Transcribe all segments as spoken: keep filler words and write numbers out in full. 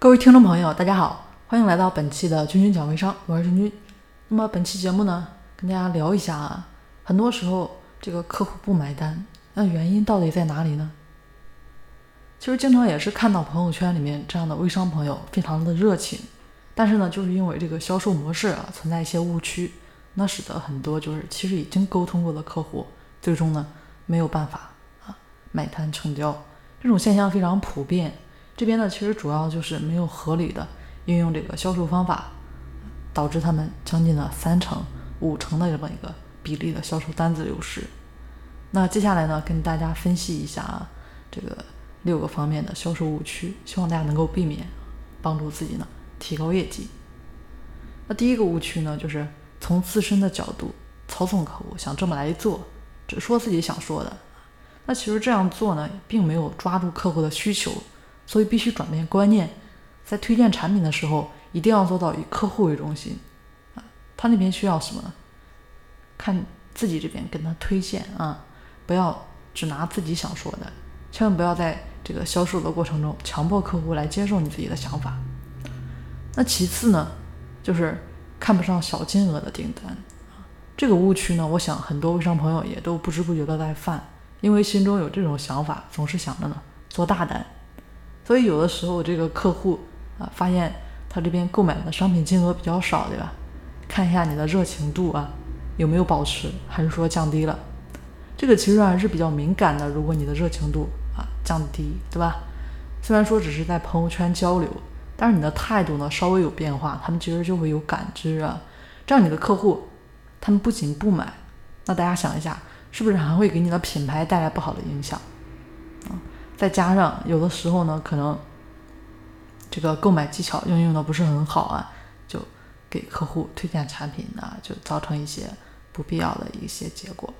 各位听众朋友大家好，欢迎来到本期的君君讲微商，我是君君。那么本期节目呢，跟大家聊一下啊，很多时候这个客户不买单，那原因到底在哪里呢？其实经常也是看到朋友圈里面这样的微商朋友非常的热情，但是呢就是因为这个销售模式啊存在一些误区，那使得很多就是其实已经沟通过的客户最终呢没有办法啊买单成交，这种现象非常普遍。这边呢其实主要就是没有合理的运用这个销售方法，导致他们将近了三成五成的这么一个比例的销售单子流失。那接下来呢跟大家分析一下啊这个六个方面的销售误区，希望大家能够避免，帮助自己呢提高业绩。那第一个误区呢就是从自身的角度操纵客户，想这么来做，只说自己想说的。那其实这样做呢并没有抓住客户的需求，所以必须转变观念，在推荐产品的时候一定要做到以客户为中心啊，他那边需要什么，看自己这边跟他推荐啊，不要只拿自己想说的，千万不要在这个销售的过程中强迫客户来接受你自己的想法。那其次呢就是看不上小金额的订单，这个误区呢我想很多微商朋友也都不知不觉的在犯，因为心中有这种想法，总是想着呢做大单，所以有的时候这个客户啊发现他这边购买的商品金额比较少，对吧？看一下你的热情度啊有没有保持，还是说降低了，这个其实还是比较敏感的。如果你的热情度啊降低，对吧？虽然说只是在朋友圈交流，但是你的态度呢稍微有变化，他们其实就会有感知啊。这样你的客户他们不仅不买，那大家想一下，是不是还会给你的品牌带来不好的影响啊？再加上有的时候呢可能这个购买技巧运用的不是很好啊，就给客户推荐产品啊，就造成一些不必要的一些结果。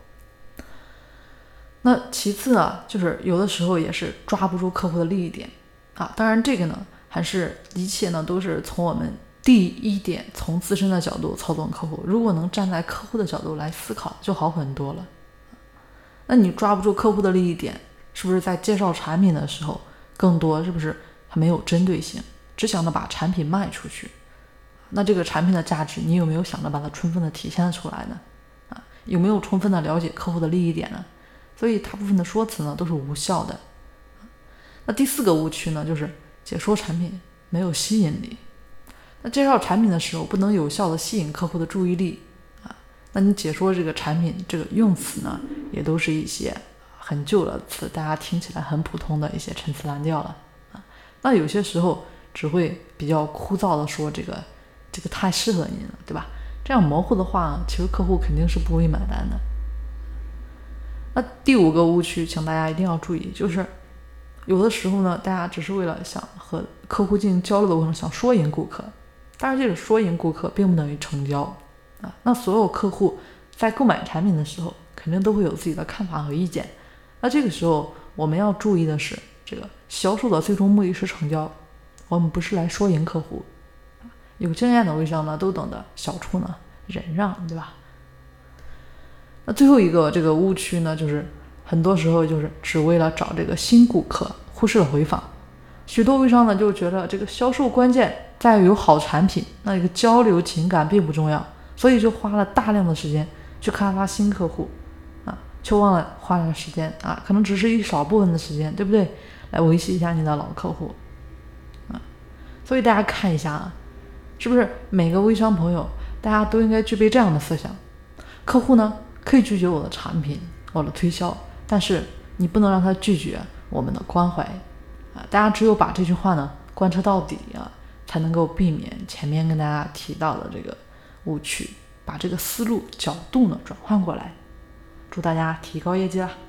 那其次啊，就是有的时候也是抓不住客户的利益点啊。当然这个呢还是一切呢都是从我们第一点从自身的角度操纵客户，如果能站在客户的角度来思考就好很多了。那你抓不住客户的利益点，是不是在介绍产品的时候更多是不是还没有针对性，只想着把产品卖出去？那这个产品的价值你有没有想着把它充分的体现出来呢？啊，有没有充分的了解客户的利益点呢？所以大部分的说辞呢都是无效的。那第四个误区呢就是解说产品没有吸引力。那介绍产品的时候不能有效的吸引客户的注意力啊，那你解说这个产品这个用词呢也都是一些很旧的词，大家听起来很普通的一些陈词滥调了啊。那有些时候只会比较枯燥的说这个这个太适合你了，对吧？这样模糊的话其实客户肯定是不会买单的。那第五个误区请大家一定要注意，就是有的时候呢大家只是为了想和客户进行交流的过程，想说赢顾客，但是这个说赢顾客并不等于成交啊。那所有客户在购买产品的时候肯定都会有自己的看法和意见，那这个时候我们要注意的是，这个销售的最终目的是成交，我们不是来说赢客户。有经验的微商呢都懂得小处呢忍让，对吧？那最后一个这个误区呢就是很多时候就是只为了找这个新顾客，忽视了回访。许多微商呢就觉得这个销售关键在于有好产品，那这个交流情感并不重要，所以就花了大量的时间去开发新客户啊，却忘了花了时间啊，可能只是一少部分的时间，对不对？来维系一下你的老客户啊。所以大家看一下啊，是不是每个微商朋友大家都应该具备这样的思想？客户呢可以拒绝我的产品，我的推销，但是你不能让他拒绝我们的关怀啊！大家只有把这句话呢贯彻到底啊，才能够避免前面跟大家提到的这个误区，把这个思路角度呢转换过来。祝大家提高业绩啦！